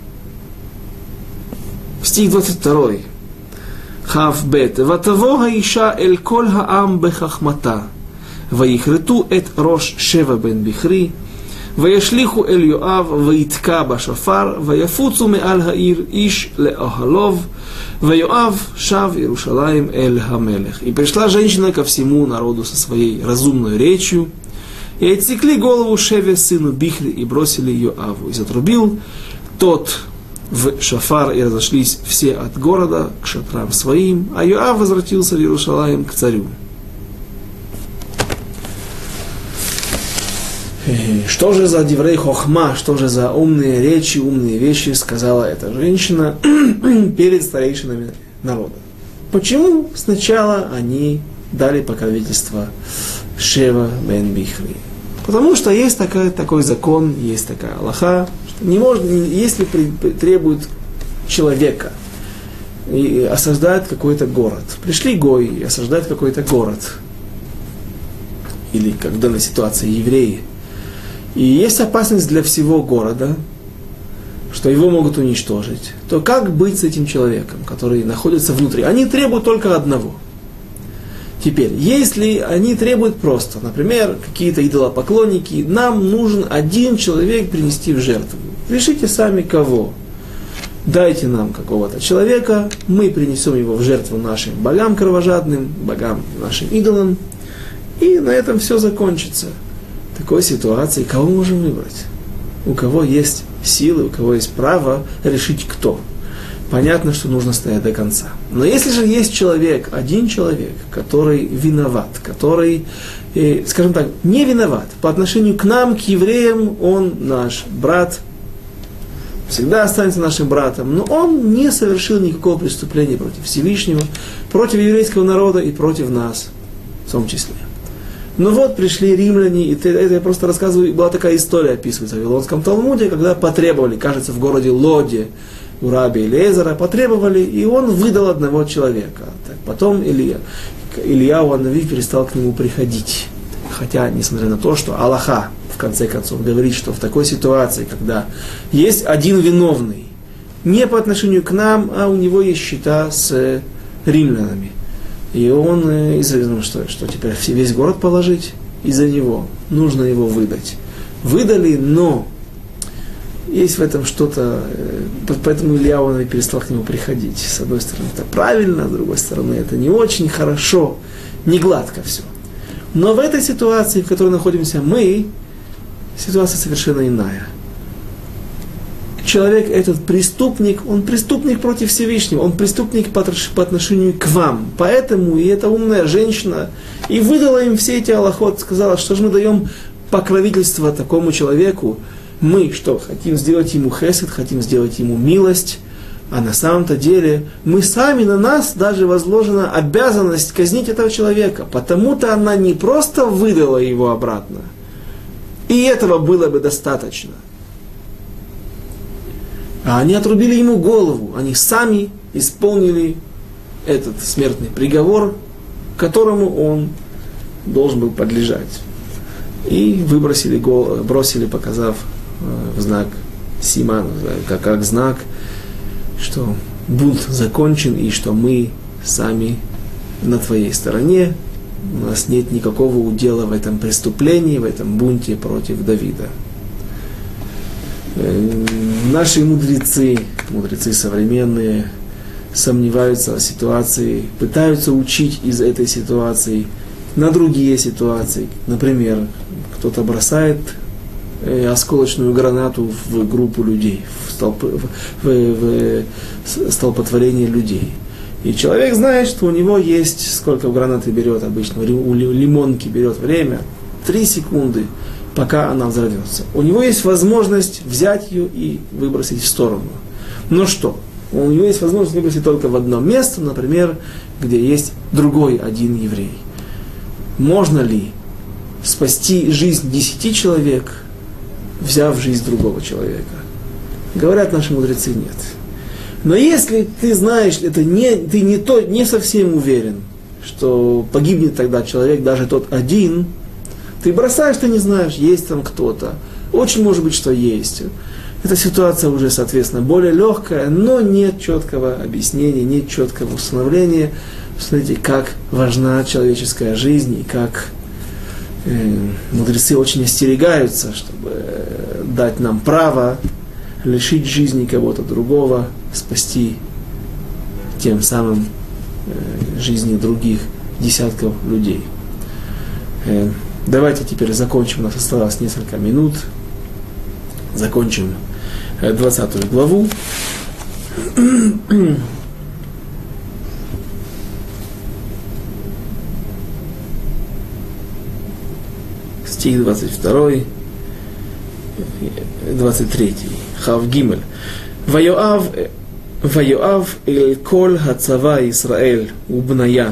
Speaker 1: Стих 22. Хав бет. Ватаво хаиша эль коль хаам бехахмата. Ваихрету эт рош Шева бен Бихри. וישליחו אל יואב ויתקע בשופר ויפוצו מעל העיר איש לאוהלוב ויואב шав Иерусалим эль хамелех. И пришла женщина ко всему народу со своей разумной речью, и отсекли голову Шеве сыну Бихри и бросили Йоаву. И затрубил тот в шофар, и разошлись все от города к шатрам своим, а Йоав возвратился в Иерусалим к царю. Что же за диврей хохма, что же за умные речи, умные вещи сказала эта женщина перед старейшинами народа? Почему сначала они дали покровительство Шева бен Бихри? Потому что есть такой закон, есть такая алаха, что не может, если требует человека и осаждает какой-то город. Пришли гой и осаждают какой-то город. Или как в данной ситуации евреи. И есть опасность для всего города, что его могут уничтожить, то как быть с этим человеком, который находится внутри? Они требуют только одного. Теперь, если они требуют просто, например, какие-то идолопоклонники, нам нужен один человек принести в жертву. Решите сами кого. Дайте нам какого-то человека, мы принесем его в жертву нашим богам кровожадным, богам нашим идолам, и на этом все закончится. В такой ситуации кого можем выбрать? У кого есть силы, у кого есть право решить кто? Понятно, что нужно стоять до конца. Но если же есть человек, один человек, который виноват, который, скажем так, не виноват по отношению к нам, к евреям, он наш брат, всегда останется нашим братом, но он не совершил никакого преступления против Всевышнего, против еврейского народа и против нас в том числе. Но вот пришли римляне, и это я просто рассказываю, была такая история, описывается в Вавилонском Талмуде, когда потребовали, кажется, в городе Лоде, у раби Элиэзера, потребовали, и он выдал одного человека. Так, потом Ильяу ан-Нави перестал к нему приходить. Хотя, несмотря на то, что Аллаха, в конце концов, говорит, что в такой ситуации, когда есть один виновный, не по отношению к нам, а у него есть счета с римлянами. И он известно, что теперь весь город положить из-за него. Нужно его выдать. Выдали, но есть в этом что-то, поэтому Илья он и перестал к нему приходить. С одной стороны, это правильно, с другой стороны, это не очень хорошо, не гладко все. Но в этой ситуации, в которой находимся мы, ситуация совершенно иная. Человек этот преступник, он преступник против Всевышнего, он преступник по отношению к вам. Поэтому и эта умная женщина и выдала им все эти алахот, сказала, что же мы даем покровительство такому человеку. Мы что, хотим сделать ему хесед, хотим сделать ему милость, а на самом-то деле мы сами, на нас даже возложена обязанность казнить этого человека. Потому-то она не просто выдала его обратно, и этого было бы достаточно. А они отрубили ему голову, они сами исполнили этот смертный приговор, которому он должен был подлежать. И выбросили голову, бросили, показав в знак Симан, как знак, что бунт закончен и что мы сами на твоей стороне, у нас нет никакого удела в этом преступлении, в этом бунте против Давида. Наши мудрецы современные, сомневаются в ситуации, пытаются учить из этой ситуации. на другие ситуации. Например, кто-то бросает осколочную гранату в группу людей, в столпотворение людей. И человек знает, что у него есть, сколько гранаты берет обычно, у лимонки берет время, 3 секунды, пока она взорвется. У него есть возможность взять ее и выбросить в сторону. Но что? У него есть возможность выбросить только в одно место, например, где есть другой один еврей. Можно ли спасти жизнь 10 человек, взяв жизнь другого человека? Говорят наши мудрецы, нет. Но если ты знаешь, ты не совсем уверен, что погибнет тогда человек, даже тот один, ты бросаешь, ты не знаешь, есть там кто-то. Очень может быть, что есть. Эта ситуация уже, соответственно, более легкая, но нет четкого объяснения, нет четкого установления. Смотрите, как важна человеческая жизнь и как мудрецы очень остерегаются, чтобы дать нам право лишить жизни кого-то другого, спасти тем самым жизни других десятков людей. Давайте теперь закончим, у нас осталось несколько минут. Закончим 20 главу. Стих 22, 23. Хав Гимель. Вайоав эль коль хацава Исраэль убная.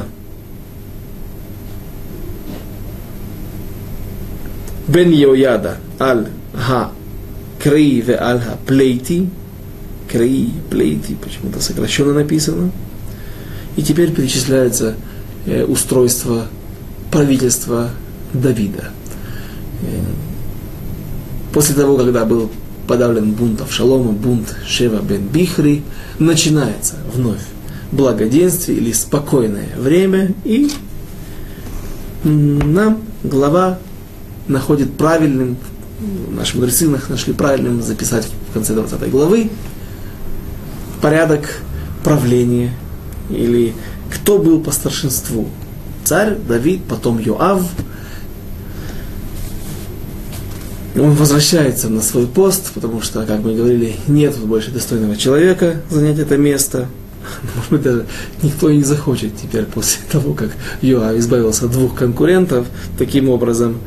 Speaker 1: Бен Йояда аль ха крей ве аль ха плейти. Крей, плейти, почему-то сокращенно написано. И теперь перечисляется устройство правительства Давида. После того, когда был подавлен бунт Авшалома, бунт Шева бен Бихри, начинается вновь благоденствие или спокойное время, и нам глава находит правильным, наши мудрецы нашли правильным записать в конце 20 главы порядок правления, или кто был по старшинству. Царь Давид, потом Йоав. Он возвращается на свой пост, потому что, как мы говорили, нет больше достойного человека занять это место. Может быть, даже никто и не захочет теперь после того, как Йоав избавился от 2 конкурентов. Таким образом,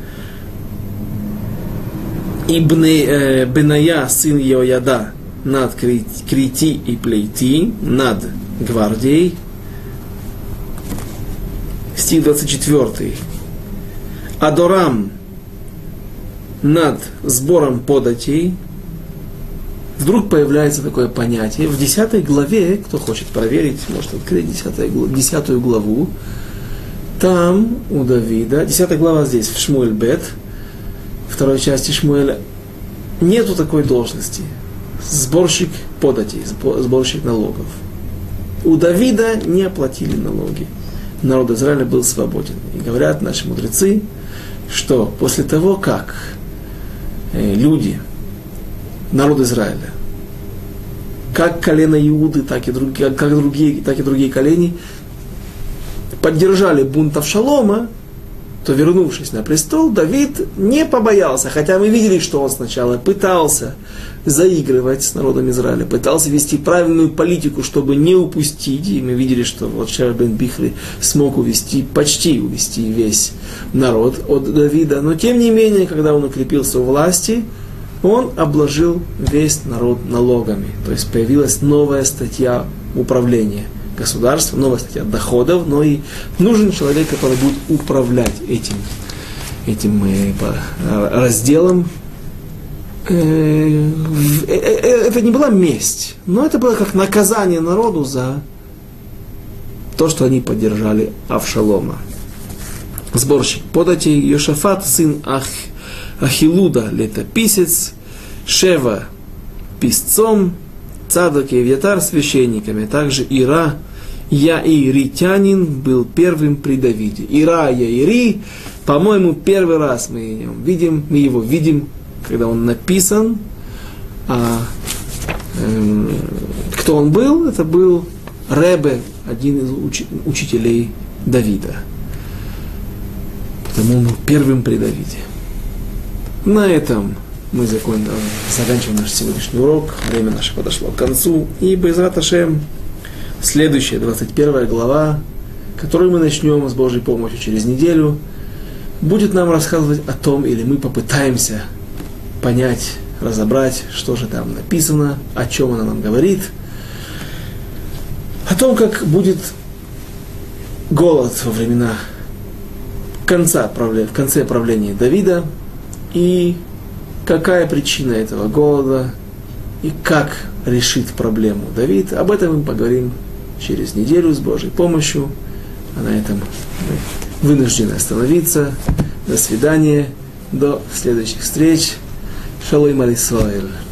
Speaker 1: Беная, сын Йояда, над Крити и Плейти, над гвардией. Стих 24. Адорам, над сбором податей. Вдруг появляется такое понятие. В 10 главе, кто хочет проверить, может открыть 10 главу. Там у Давида, 10 глава здесь, в Шмуэль Бет, второй части Шмуэля, нету такой должности. Сборщик податей, сборщик налогов. У Давида не оплатили налоги. Народ Израиля был свободен. И говорят наши мудрецы, что после того, как люди, народ Израиля, как колено Иуды, так и другие колени, поддержали бунт Авшалома, то, вернувшись на престол, Давид не побоялся, хотя мы видели, что он сначала пытался заигрывать с народом Израиля, пытался вести правильную политику, чтобы не упустить, и мы видели, что вот Шева бен Бихри смог почти увести весь народ от Давида, но тем не менее, когда он укрепился у власти, он обложил весь народ налогами, то есть появилась новая статья управления государства, новая статья доходов, но и нужен человек, который будет управлять этим разделом. Это не была месть, но это было как наказание народу за то, что они поддержали Авшалома. Сборщик податей Йошафат, сын Ахилуда, летописец, Шева, писцом, Цадок и Авьятар священниками, также Ира, Яиритянин был первым при Давиде. Ира, Яири, по-моему, первый раз мы его видим, когда он написан. Кто он был? Это был Ребе, один из учителей Давида. Потому он был первым при Давиде. На этом мы заканчиваем наш сегодняшний урок. Время наше подошло к концу. И Бе'эзрат Ашем, следующая, 21 глава, которую мы начнем с Божьей помощью через неделю, будет нам рассказывать о том, или мы попытаемся понять, разобрать, что же там написано, о чем она нам говорит, о том, как будет голод во времена в конце правления Давида, и какая причина этого голода, и как решит проблему Давид. Об этом мы поговорим через неделю с Божьей помощью. А на этом мы вынуждены остановиться. До свидания, до следующих встреч. Шалом аль Исраэль.